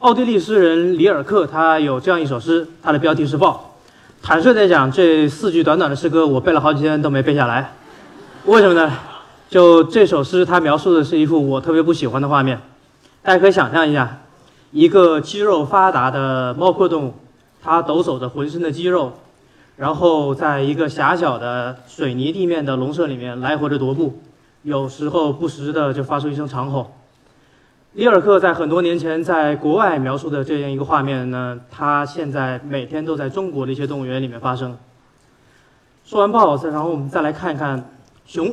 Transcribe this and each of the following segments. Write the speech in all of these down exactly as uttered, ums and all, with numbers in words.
奥地利诗人里尔克他有这样一首诗，他的标题是《豹》。坦率地讲，这四句短短的诗歌我背了好几天都没背下来，为什么呢？就这首诗，它描述的是一幅我特别不喜欢的画面。大家可以想象一下，一个肌肉发达的猫科动物，它抖擞着浑身的肌肉，然后在一个狭小的水泥地面的笼舍里面来回的踱步，有时候不时的就发出一声长吼。里尔克在很多年前在国外描述的这样一个画面呢，他现在每天都在中国的一些动物园里面发生。说完豹，然后我们再来看一看熊。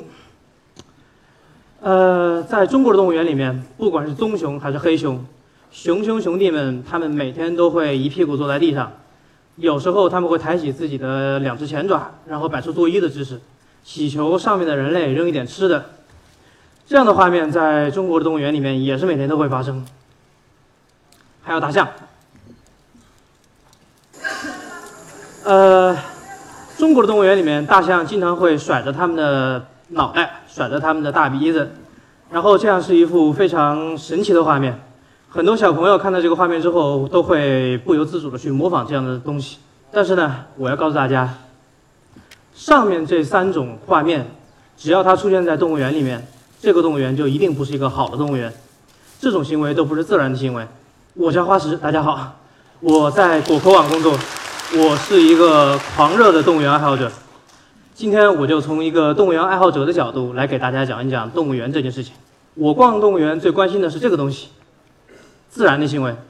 呃，在中国的动物园里面，不管是棕熊还是黑熊，熊熊兄弟们他们每天都会一屁股坐在地上，有时候他们会抬起自己的两只前爪，然后摆出作揖的姿势，祈求上面的人类扔一点吃的。这样的画面在中国的动物园里面也是每天都会发生。还有大象，呃，中国的动物园里面，大象经常会甩着他们的脑袋，甩着他们的大鼻子，然后这样是一幅非常神奇的画面。很多小朋友看到这个画面之后，都会不由自主的去模仿这样的东西。但是呢，我要告诉大家，上面这三种画面，只要它出现在动物园里面，这个动物园就一定不是一个好的动物园，这种行为都不是自然的行为。我叫花石，大家好，我在果壳网工作，我是一个狂热的动物园爱好者。今天我就从一个动物园爱好者的角度来给大家讲一讲动物园这件事情。我逛动物园最关心的是这个东西，自然的行为。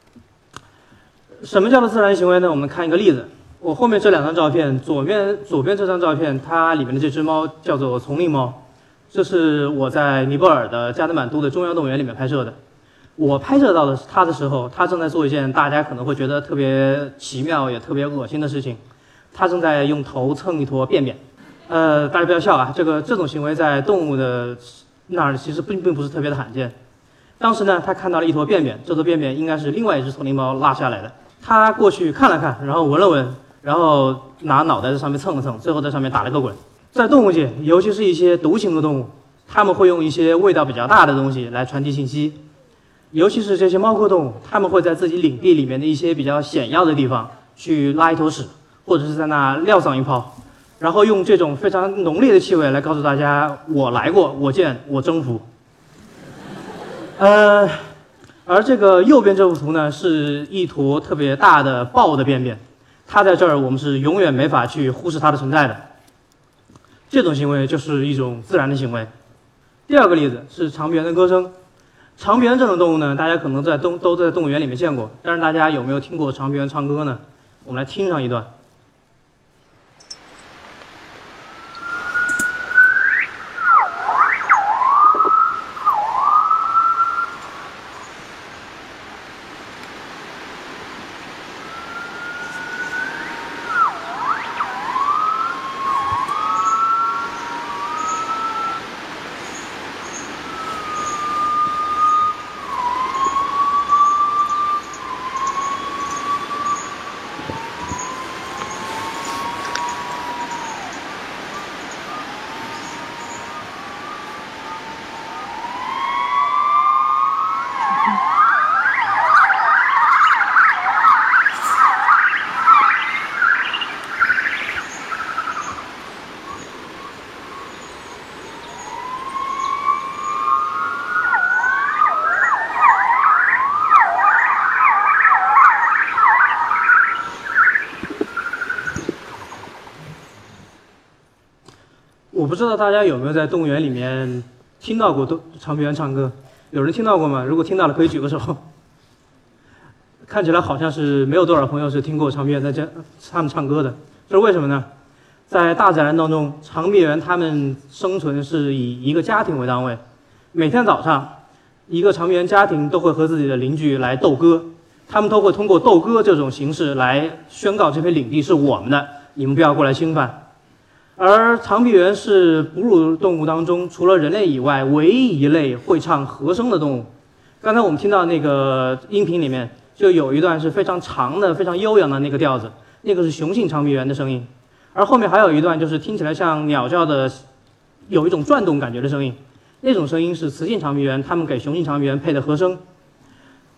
什么叫做自然行为呢？我们看一个例子。我后面这两张照片，左边左边这张照片，它里面的这只猫叫做丛林猫。这是我在尼泊尔的加德满都的中央动物园里面拍摄的。我拍摄到的它的时候，它正在做一件大家可能会觉得特别奇妙也特别恶心的事情，它正在用头蹭一坨便便。呃，大家不要笑啊，这个这种行为在动物的那儿其实并并不是特别的罕见。当时呢，他看到了一坨便便，这坨便便应该是另外一只丛林猫拉下来的。他过去看了看，然后闻了闻，然后拿脑袋在上面蹭了蹭，最后在上面打了个滚。在动物界，尤其是一些独行的动物，它们会用一些味道比较大的东西来传递信息。尤其是这些猫科动物，它们会在自己领地里面的一些比较险要的地方去拉一坨屎，或者是在那撂上一泡，然后用这种非常浓烈的气味来告诉大家：我来过，我见，我征服。呃，而这个右边这幅图呢，是一坨特别大的豹的便便，它在这儿，我们是永远没法去忽视它的存在的。这种行为就是一种自然的行为。第二个例子是长鼻猿的歌声。长鼻猿这种动物呢，大家可能在动都在动物园里面见过，但是大家有没有听过长鼻猿唱歌呢？我们来听上一段。我不知道大家有没有在动物园里面听到过长鼻猿唱歌？有人听到过吗？如果听到了，可以举个手。看起来好像是没有多少朋友是听过长鼻猿在这他们唱歌的，这是为什么呢？在大自然当中，长鼻猿它们生存是以一个家庭为单位，每天早上，一个长鼻猿家庭都会和自己的邻居来斗歌，他们都会通过斗歌这种形式来宣告这片领地是我们的，你们不要过来侵犯。而长鼻猿是哺乳动物当中除了人类以外唯一一类会唱和声的动物。刚才我们听到那个音频里面就有一段是非常长的非常悠扬的那个调子，那个是雄性长鼻猿的声音，而后面还有一段就是听起来像鸟叫的有一种转动感觉的声音，那种声音是雌性长鼻猿他们给雄性长鼻猿配的和声。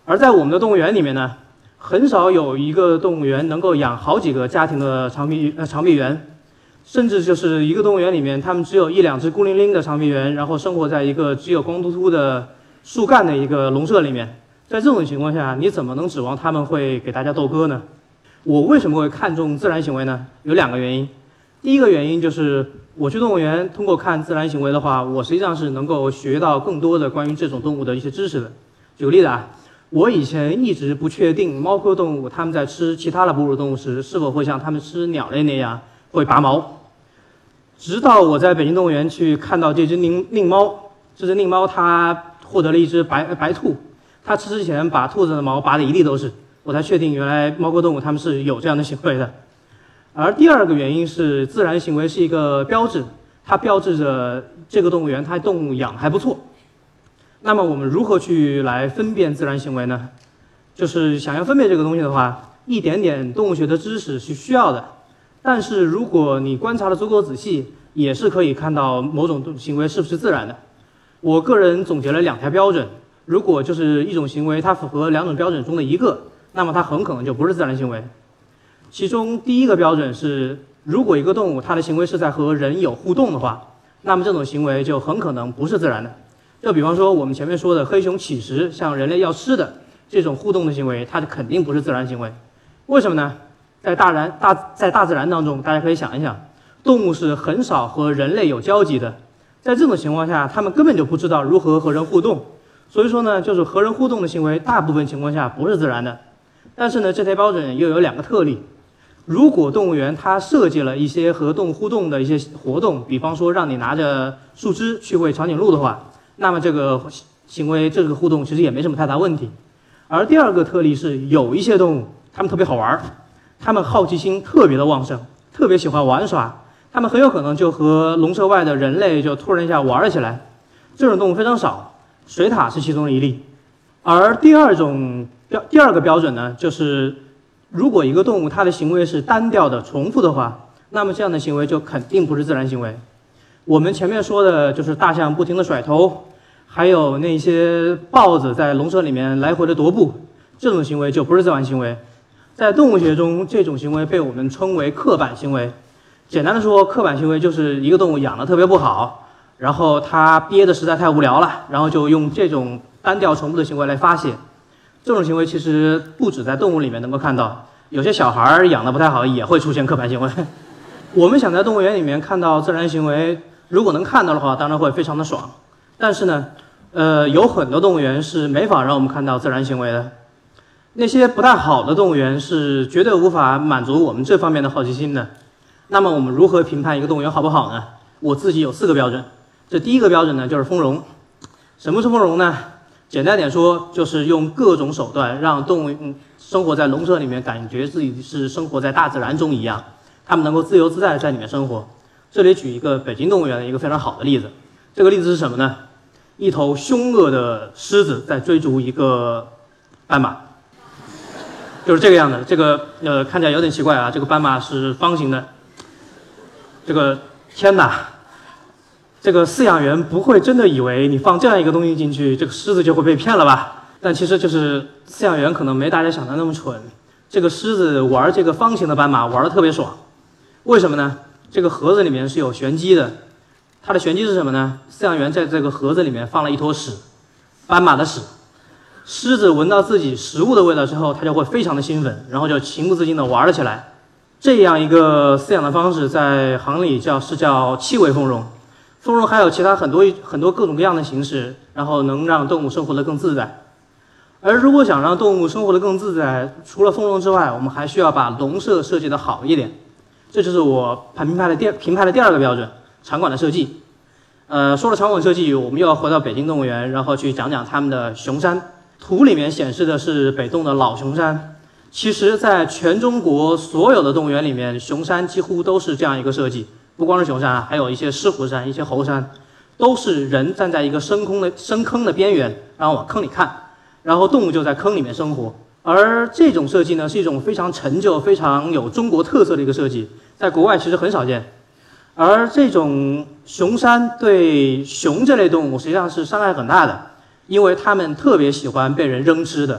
而在我们的动物园里面呢，很少有一个动物园能够养好几个家庭的长臂呃长臂猿，甚至就是一个动物园里面，他们只有一两只孤零零的长臂猿，然后生活在一个只有光秃秃的树干的一个笼舍里面。在这种情况下，你怎么能指望他们会给大家斗歌呢？我为什么会看重自然行为呢？有两个原因。第一个原因就是我去动物园，通过看自然行为的话，我实际上是能够学到更多的关于这种动物的一些知识的。举个例子啊，我以前一直不确定猫科动物它们在吃其他的哺乳动物时，是否会像它们吃鸟类那样会拔毛。直到我在北京动物园去看到这只狞狞猫，这只狞猫它获得了一只白白兔，它吃之前把兔子的毛拔得一地都是，我才确定原来猫科动物它们是有这样的行为的。而第二个原因是，自然行为是一个标志，它标志着这个动物园它动物养还不错。那么我们如何去来分辨自然行为呢？就是想要分辨这个东西的话，一点点动物学的知识是需要的。但是如果你观察的足够仔细，也是可以看到某种行为是不是自然的。我个人总结了两条标准，如果就是一种行为它符合两种标准中的一个，那么它很可能就不是自然行为。其中第一个标准是，如果一个动物它的行为是在和人有互动的话，那么这种行为就很可能不是自然的。就比方说我们前面说的黑熊乞食，像人类要吃的这种互动的行为，它就肯定不是自然行为。为什么呢？在大然大在大自然当中，大家可以想一想，动物是很少和人类有交集的，在这种情况下，它们根本就不知道如何和人互动。所以说呢，就是和人互动的行为，大部分情况下不是自然的。但是呢，这条标准又有两个特例。如果动物园它设计了一些和动物互动的一些活动，比方说让你拿着树枝去喂长颈鹿的话，那么这个行为这个互动其实也没什么太大问题。而第二个特例是，有一些动物它们特别好玩，它们好奇心特别的旺盛，特别喜欢玩耍，它们很有可能就和笼舍外的人类就突然一下玩了起来。这种动物非常少，水獭是其中的一例。而第二种标第二个标准呢，就是如果一个动物它的行为是单调的、重复的话，那么这样的行为就肯定不是自然行为。我们前面说的就是大象不停地甩头，还有那些豹子在笼舍里面来回的踱步，这种行为就不是自然行为。在动物学中，这种行为被我们称为刻板行为。简单的说，刻板行为就是一个动物养得特别不好，然后它憋得实在太无聊了，然后就用这种单调重复的行为来发泄。这种行为其实不止在动物里面能够看到，有些小孩养得不太好也会出现刻板行为。我们想在动物园里面看到自然行为，如果能看到的话，当然会非常的爽。但是呢，呃，有很多动物园是没法让我们看到自然行为的。那些不太好的动物园是绝对无法满足我们这方面的好奇心的。那么我们如何评判一个动物园好不好呢？我自己有四个标准。这第一个标准呢，就是丰容。什么是丰容呢？简单点说，就是用各种手段让动物生活在笼舍里面，感觉自己是生活在大自然中一样，它们能够自由自在在里面生活。这里举一个北京动物园的一个非常好的例子。这个例子是什么呢？一头凶恶的狮子在追逐一个斑马，就是这个样的。这个呃看起来有点奇怪啊，这个斑马是方形的。这个天哪！这个饲养员不会真的以为你放这样一个东西进去，这个狮子就会被骗了吧？但其实就是饲养员可能没大家想的那么蠢。这个狮子玩这个方形的斑马玩得特别爽，为什么呢？这个盒子里面是有玄机的，它的玄机是什么呢？饲养员在这个盒子里面放了一坨屎，斑马的屎。狮子闻到自己食物的味道之后，它就会非常的兴奋，然后就情不自禁地玩了起来。这样一个饲养的方式，在行里叫是叫气味丰容。丰容还有其他很多很多各种各样的形式，然后能让动物生活得更自在。而如果想让动物生活得更自在，除了丰容之外，我们还需要把笼舍设计得好一点。这就是我评判的第评判的第二个标准，场馆的设计。呃，说了场馆设计，我们又要回到北京动物园，然后去讲讲他们的熊山。图里面显示的是北洞的老熊山。其实在全中国所有的动物园里面，熊山几乎都是这样一个设计。不光是熊山，还有一些狮虎山、一些猴山，都是人站在一个深空的深坑的边缘，然后往坑里看，然后动物就在坑里面生活。而这种设计呢，是一种非常陈旧、非常有中国特色的一个设计，在国外其实很少见。而这种熊山对熊这类动物实际上是伤害很大的，因为它们特别喜欢被人扔吃的。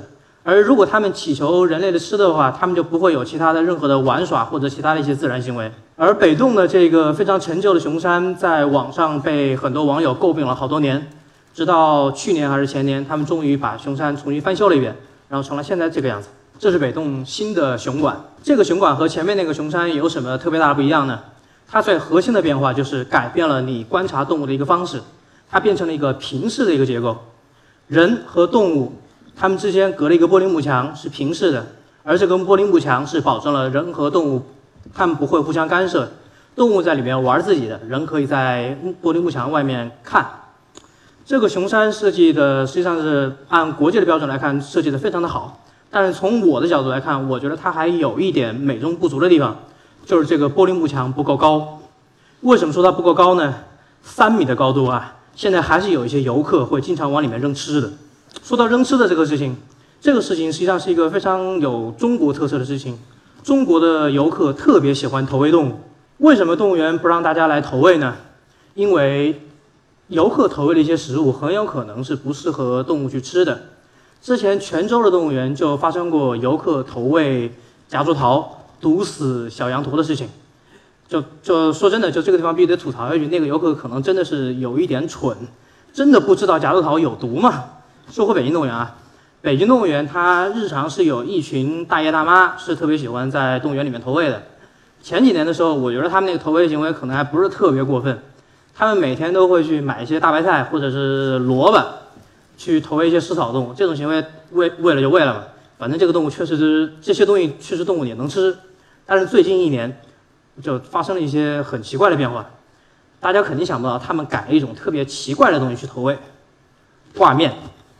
而如果它们祈求人类的吃的话，它们就不会有其他的任何的玩耍或者其他的一些自然行为。而北洞的这个非常陈旧的熊山，在网上被很多网友诟病了好多年，直到去年还是前年，他们终于把熊山重新翻修了一遍，然后成了现在这个样子。这是北洞新的熊馆。这个熊馆和前面那个熊山有什么特别大的不一样呢？它最核心的变化就是改变了你观察动物的一个方式，它变成了一个平视的一个结构。人和动物它们之间隔了一个玻璃幕墙，是平视的，而这个玻璃幕墙是保证了人和动物它们不会互相干涉，动物在里面玩自己的，人可以在玻璃幕墙外面看。这个熊山设计的实际上是按国际的标准来看设计的非常的好，但是从我的角度来看，我觉得它还有一点美中不足的地方，就是这个玻璃幕墙不够高。为什么说它不够高呢？三米的高度啊，现在还是有一些游客会经常往里面扔吃的。说到扔吃的这个事情，这个事情实际上是一个非常有中国特色的事情。中国的游客特别喜欢投喂动物。为什么动物园不让大家来投喂呢？因为游客投喂的一些食物很有可能是不适合动物去吃的。之前泉州的动物园就发生过游客投喂夹竹桃毒死小羊驼的事情。就就说真的，就这个地方必须得吐槽一句，那个游客可能真的是有一点蠢，真的不知道夹竹桃有毒吗？说回北京动物园啊，北京动物园它日常是有一群大爷大妈是特别喜欢在动物园里面投喂的。前几年的时候，我觉得他们那个投喂行为可能还不是特别过分，他们每天都会去买一些大白菜或者是萝卜，去投喂一些食草动物。这种行为喂喂了就喂了嘛，反正这个动物确实是这些东西确实动物也能吃。但是最近一年就发生了一些很奇怪的变化，大家肯定想不到，他们改了一种特别奇怪的东西去投喂，挂面。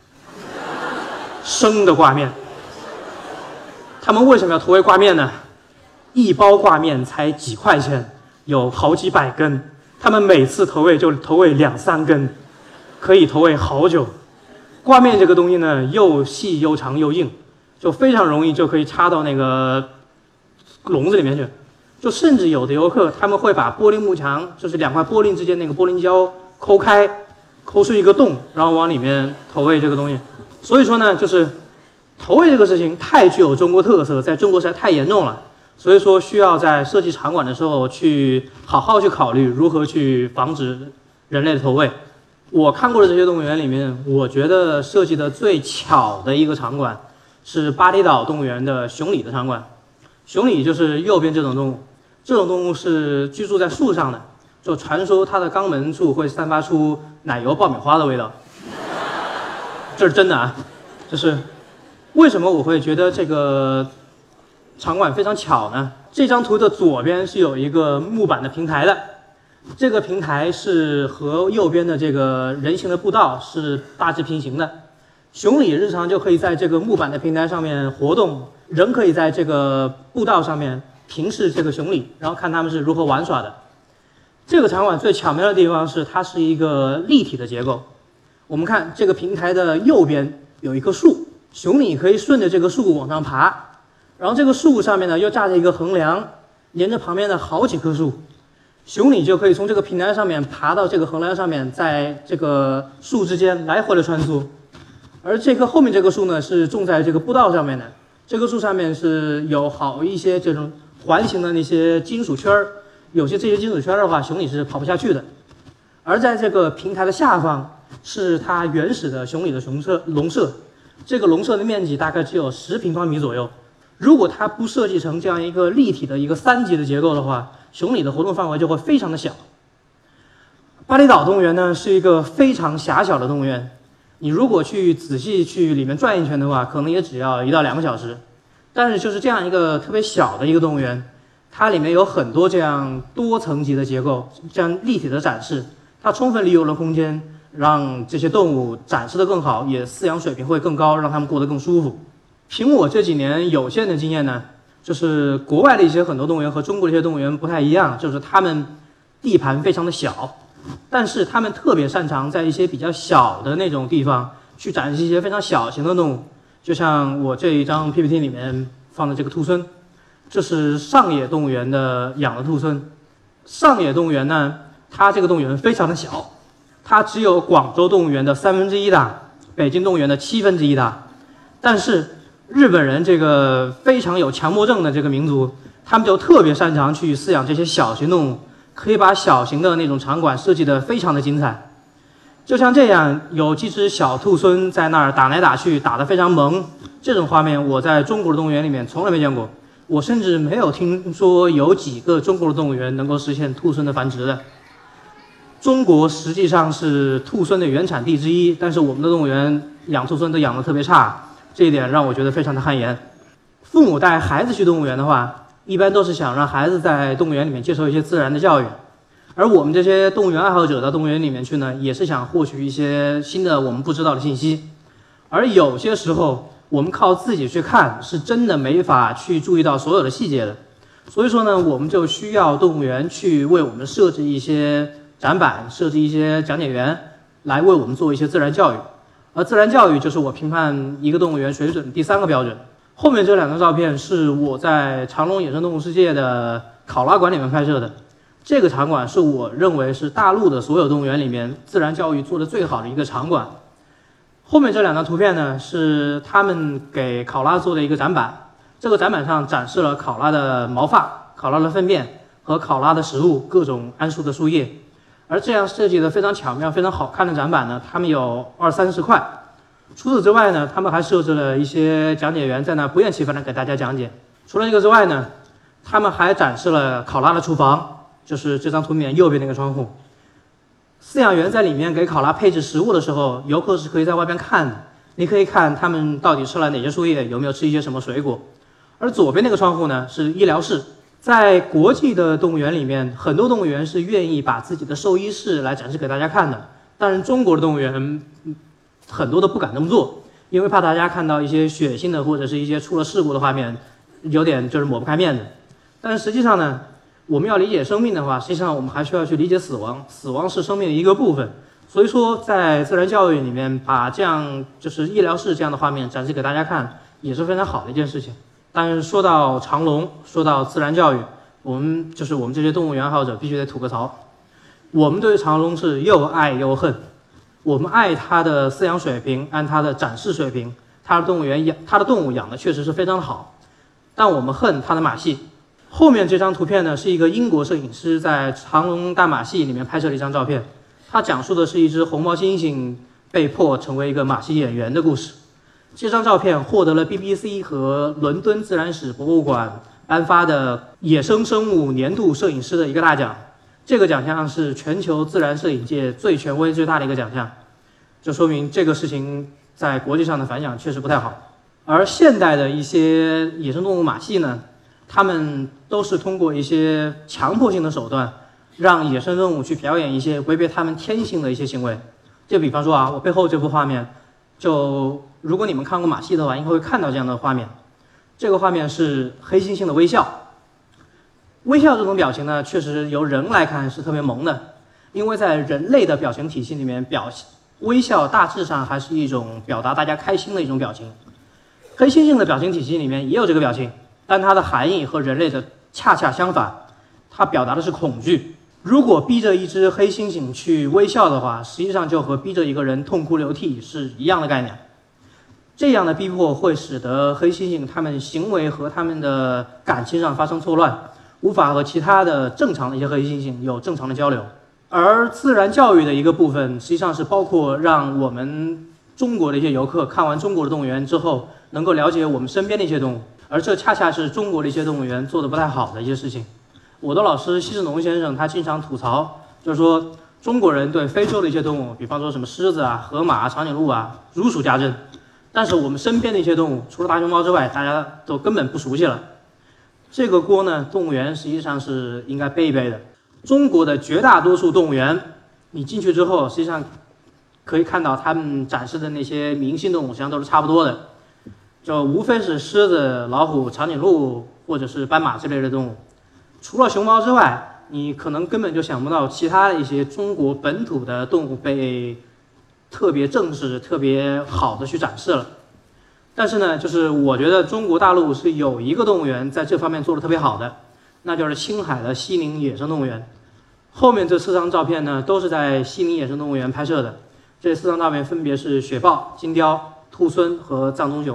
生的挂面。他们为什么要投喂挂面呢？一包挂面才几块钱，有好几百根，他们每次投喂就投喂两三根，可以投喂好久。挂面这个东西呢，又细又长又硬，就非常容易就可以插到那个笼子里面去。就甚至有的游客他们会把玻璃幕墙，就是两块玻璃之间那个玻璃胶抠开，抠出一个洞，然后往里面投喂这个东西。所以说呢，就是投喂这个事情太具有中国特色，在中国实在太严重了，所以说需要在设计场馆的时候去好好去考虑如何去防止人类的投喂。我看过的这些动物园里面，我觉得设计的最巧的一个场馆是巴厘岛动物园的熊狸的场馆。熊狸就是右边这种动物，这种动物是居住在树上的，就传说它的肛门处会散发出奶油爆米花的味道。这是真的啊，就是为什么我会觉得这个场馆非常巧呢？这张图的左边是有一个木板的平台的，这个平台是和右边的这个人行的步道是大致平行的。熊狸日常就可以在这个木板的平台上面活动，人可以在这个步道上面平视这个熊狸，然后看他们是如何玩耍的。这个场馆最巧妙的地方是它是一个立体的结构。我们看这个平台的右边有一棵树，熊狸可以顺着这个树往上爬，然后这个树上面呢又架着一个横梁，连着旁边的好几棵树，熊狸就可以从这个平台上面爬到这个横梁上面，在这个树之间来回的穿梭。而这棵后面这棵树呢是种在这个步道上面的，这棵树上面是有好一些这种环形的那些金属圈儿，有些这些金属圈的话，熊狸是跑不下去的。而在这个平台的下方是它原始的熊狸的笼舍，笼舍，这个笼舍的面积大概只有十平方米左右。如果它不设计成这样一个立体的一个三级的结构的话，熊狸的活动范围就会非常的小。巴厘岛动物园呢是一个非常狭小的动物园，你如果去仔细去里面转一圈的话，可能也只要一到两个小时。但是就是这样一个特别小的一个动物园，它里面有很多这样多层级的结构，这样立体的展示，它充分利用了空间，让这些动物展示得更好，也饲养水平会更高，让它们过得更舒服。凭我这几年有限的经验呢，就是国外的一些很多动物园和中国的一些动物园不太一样，就是他们地盘非常的小，但是他们特别擅长在一些比较小的那种地方去展示一些非常小型的动物。就像我这一张 P P T 里面放的这个兔狲，这是上野动物园的养的兔狲。上野动物园呢，它这个动物园非常的小，它只有广州动物园的三分之一大，北京动物园的七分之一大。但是日本人这个非常有强迫症的这个民族，他们就特别擅长去饲养这些小型动物，可以把小型的那种场馆设计得非常的精彩。就像这样，有几只小兔狲在那儿打来打去，打得非常萌，这种画面我在中国的动物园里面从来没见过。我甚至没有听说有几个中国的动物园能够实现兔狲的繁殖的。中国实际上是兔狲的原产地之一，但是我们的动物园养兔狲都养得特别差，这一点让我觉得非常的汗颜。父母带孩子去动物园的话，一般都是想让孩子在动物园里面接受一些自然的教育，而我们这些动物园爱好者到动物园里面去呢，也是想获取一些新的我们不知道的信息。而有些时候我们靠自己去看，是真的没法去注意到所有的细节的。所以说呢，我们就需要动物园去为我们设置一些展板，设置一些讲解员，来为我们做一些自然教育。而自然教育就是我评判一个动物园水准第三个标准。后面这两张照片是我在长隆野生动物世界的考拉馆里面拍摄的。这个场馆是我认为是大陆的所有动物园里面自然教育做得最好的一个场馆。后面这两张图片呢，是他们给考拉做的一个展板。这个展板上展示了考拉的毛发、考拉的粪便和考拉的食物，各种桉树的树叶。而这样设计的非常巧妙、非常好看的展板呢，他们有二三十块。除此之外呢，他们还设置了一些讲解员在那不厌其烦地给大家讲解。除了这个之外呢，他们还展示了考拉的厨房，就是这张图片右边那个窗户。饲养员在里面给考拉配置食物的时候，游客是可以在外边看的，你可以看他们到底吃了哪些树叶，有没有吃一些什么水果。而左边那个窗户呢，是医疗室。在国际的动物园里面，很多动物园是愿意把自己的兽医室来展示给大家看的，但是中国的动物园很多都不敢这么做，因为怕大家看到一些血腥的或者是一些出了事故的画面，有点就是抹不开面子。但是实际上呢，我们要理解生命的话，实际上我们还需要去理解死亡，死亡是生命的一个部分。所以说在自然教育里面，把这样就是医疗室这样的画面展示给大家看，也是非常好的一件事情。但是说到长隆，说到自然教育，我们就是我们这些动物园爱好者必须得吐个槽。我们对长隆是又爱又恨。我们爱它的饲养水平，按它的展示水平，它的动物园养它的动物养的确实是非常的好，但我们恨它的马戏。后面这张图片呢，是一个英国摄影师在长隆大马戏里面拍摄的一张照片，它讲述的是一只红毛猩猩被迫成为一个马戏演员的故事。这张照片获得了 B B C 和伦敦自然史博物馆颁发的野生生物年度摄影师的一个大奖。这个奖项是全球自然摄影界最权威最大的一个奖项，就说明这个事情在国际上的反响确实不太好。而现代的一些野生动物马戏呢，他们都是通过一些强迫性的手段，让野生动物去表演一些违背他们天性的一些行为。就比方说啊，我背后这幅画面，就如果你们看过马戏的话，应该会看到这样的画面。这个画面是黑猩猩的微笑。微笑这种表情呢，确实由人来看是特别萌的，因为在人类的表情体系里面，表微笑大致上还是一种表达大家开心的一种表情。黑猩猩的表情体系里面也有这个表情，但它的含义和人类的恰恰相反，它表达的是恐惧。如果逼着一只黑猩猩去微笑的话，实际上就和逼着一个人痛哭流涕是一样的概念。这样的逼迫会使得黑猩猩他们行为和他们的感情上发生错乱，无法和其他的正常的一些黑猩猩有正常的交流。而自然教育的一个部分，实际上是包括让我们中国的一些游客看完中国的动物园之后，能够了解我们身边的一些动物，而这恰恰是中国的一些动物园做得不太好的一些事情。我的老师西士农先生他经常吐槽，就是说中国人对非洲的一些动物，比方说什么狮子啊、河马啊、长颈鹿啊，如数家珍，但是我们身边的一些动物，除了大熊猫之外，大家都根本不熟悉了。这个锅呢，动物园实际上是应该背一背的。中国的绝大多数动物园，你进去之后，实际上可以看到他们展示的那些明星动物，实际上都是差不多的，就无非是狮子、老虎、长颈鹿或者是斑马之类的动物。除了熊猫之外，你可能根本就想不到其他的一些中国本土的动物被特别正式、特别好的去展示了。但是呢，就是我觉得中国大陆是有一个动物园在这方面做得特别好的，那就是青海的西宁野生动物园。后面这四张照片呢，都是在西宁野生动物园拍摄的。这四张照片分别是雪豹、金雕、兔狲和藏棕熊。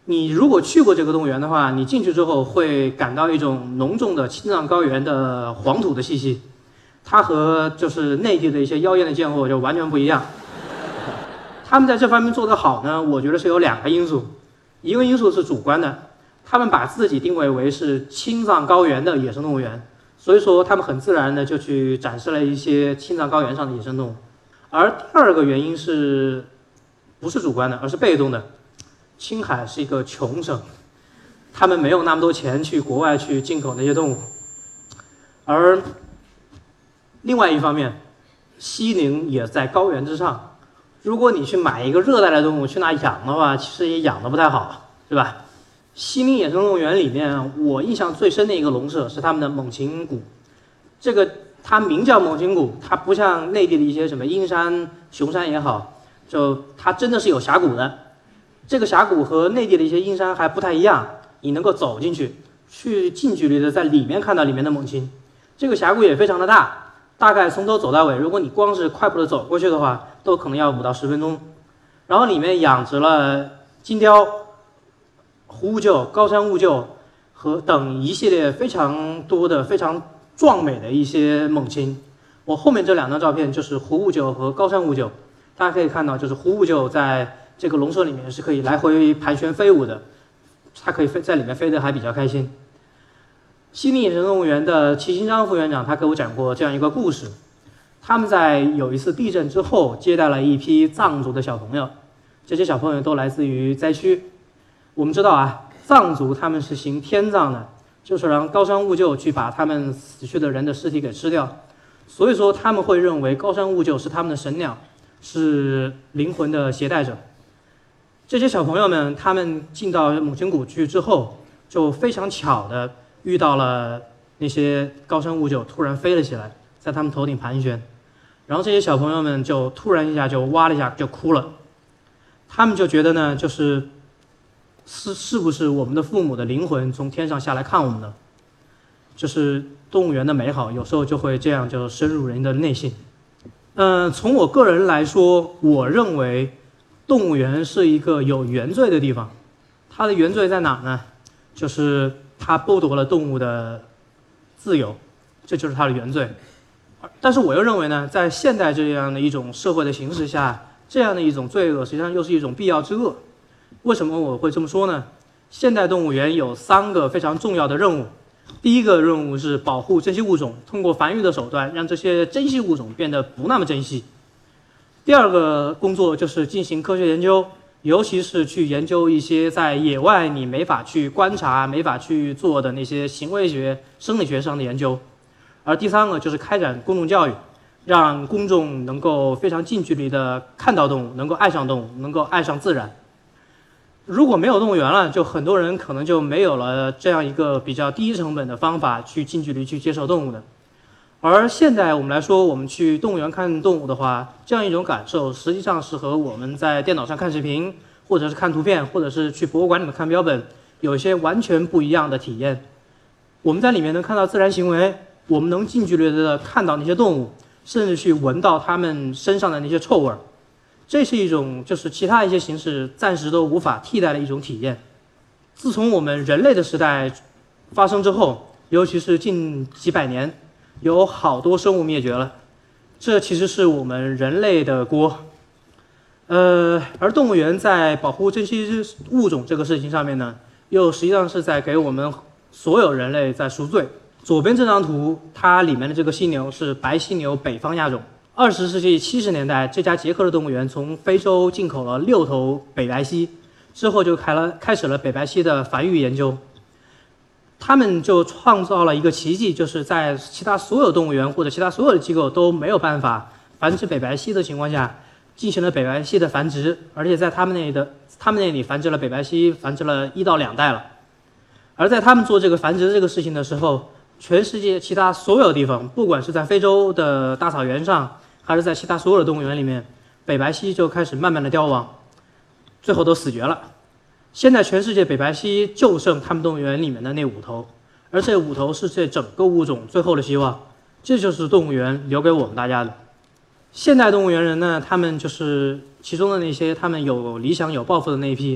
你如果去过这个动物园的话，你进去之后会感到一种浓重的青藏高原的黄土的气息，它和就是内地的一些妖艳的贱货就完全不一样。他们在这方面做得好呢，我觉得是有两个因素，一个因素是主观的，他们把自己定位为是青藏高原的野生动物园，所以说他们很自然的就去展示了一些青藏高原上的野生动物。而第二个原因是不是主观的，而是被动的。青海是一个穷省，他们没有那么多钱去国外去进口那些动物。而另外一方面，西宁也在高原之上，如果你去买一个热带的动物去那养的话，其实也养得不太好，对吧？西宁野生动物园里面，我印象最深的一个笼舍是他们的猛禽谷。这个它名叫猛禽谷，它不像内地的一些什么阴山、熊山也好，就它真的是有峡谷的。这个峡谷和内地的一些阴山还不太一样，你能够走进去，去近距离的在里面看到里面的猛禽。这个峡谷也非常的大，大概从头走到尾，如果你光是快步的走过去的话，都可能要五到十分钟。然后里面养殖了金雕、虎鹫、高山兀鹫和等一系列非常多的非常壮美的一些猛禽。我后面这两张照片就是虎兀鹫和高山兀鹫，大家可以看到，就是虎兀鹫在这个笼舍里面是可以来回盘旋飞舞的，它可以飞在里面飞得还比较开心。西宁野生动物园的齐新章副园长他给我讲过这样一个故事，他们在有一次地震之后接待了一批藏族的小朋友，这些小朋友都来自于灾区。我们知道啊，藏族他们是行天葬的，就是让高山兀鹫去把他们死去的人的尸体给吃掉，所以说他们会认为高山兀鹫是他们的神鸟，是灵魂的携带者。这些小朋友们他们进到猛禽谷去之后，就非常巧的遇到了那些高山兀鹫突然飞了起来，在他们头顶盘旋，然后这些小朋友们就突然一下就哇了一下就哭了，他们就觉得呢，就是是是不是我们的父母的灵魂从天上下来看我们呢？就是动物园的美好，有时候就会这样就深入人的内心。嗯、呃，从我个人来说，我认为动物园是一个有原罪的地方。它的原罪在哪呢？就是它剥夺了动物的自由，这就是它的原罪。但是我又认为呢，在现代这样的一种社会的形势下，这样的一种罪恶实际上又是一种必要之恶。为什么我会这么说呢？现代动物园有三个非常重要的任务。第一个任务是保护珍稀物种，通过繁育的手段让这些珍稀物种变得不那么珍稀。第二个工作就是进行科学研究，尤其是去研究一些在野外你没法去观察、没法去做的那些行为学、生理学上的研究。而第三个就是开展公众教育，让公众能够非常近距离的看到动物，能够爱上动物，能够爱上自然。如果没有动物园了，就很多人可能就没有了这样一个比较低成本的方法去近距离去接受动物的。而现在我们来说，我们去动物园看动物的话，这样一种感受实际上是和我们在电脑上看视频，或者是看图片，或者是去博物馆里面看标本，有一些完全不一样的体验。我们在里面能看到自然行为，我们能近距离的看到那些动物，甚至去闻到它们身上的那些臭味，这是一种就是其他一些形式暂时都无法替代的一种体验。自从我们人类的时代发生之后，尤其是近几百年，有好多生物灭绝了，这其实是我们人类的锅。呃，而动物园在保护珍稀物种这个事情上面呢，又实际上是在给我们所有人类在赎罪。左边这张图，它里面的这个犀牛是白犀牛北方亚种。二十世纪七十年代，这家捷克的动物园从非洲进口了六头北白犀，之后就开了开始了北白犀的繁育研究。他们就创造了一个奇迹，就是在其他所有动物园或者其他所有的机构都没有办法繁殖北白犀的情况下，进行了北白犀的繁殖，而且在他们那里的他们那里繁殖了北白犀，繁殖了一到两代了。而在他们做这个繁殖这个事情的时候，全世界其他所有地方，不管是在非洲的大草原上，还是在其他所有的动物园里面，北白犀就开始慢慢的凋亡，最后都死绝了。现在全世界北白犀就剩他们动物园里面的那五头，而这五头是这整个物种最后的希望，这就是动物园留给我们大家的。现代动物园人呢，他们就是其中的那些他们有理想有抱负的那一批，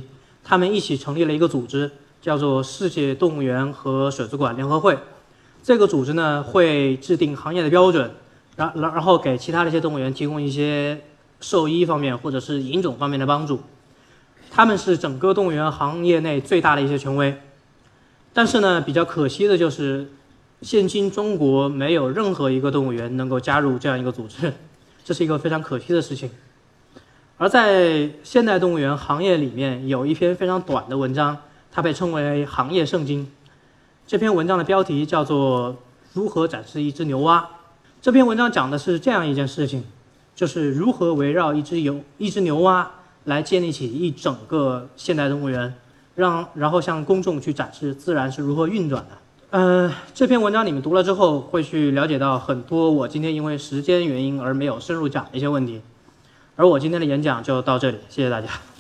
他们一起成立了一个组织，叫做世界动物园和水族馆联合会。这个组织呢会制定行业的标准，然然后给其他的一些动物园提供一些兽医方面或者是引种方面的帮助。他们是整个动物园行业内最大的一些权威。但是呢，比较可惜的就是，现今中国没有任何一个动物园能够加入这样一个组织，这是一个非常可惜的事情。而在现代动物园行业里面，有一篇非常短的文章，它被称为行业圣经。这篇文章的标题叫做《如何展示一只牛蛙》。这篇文章讲的是这样一件事情，就是如何围绕一只牛一只牛蛙来建立起一整个现代动物园。让然后向公众去展示自然是如何运转的。呃，这篇文章你们读了之后，会去了解到很多我今天因为时间原因而没有深入讲的一些问题。而我今天的演讲就到这里，谢谢大家。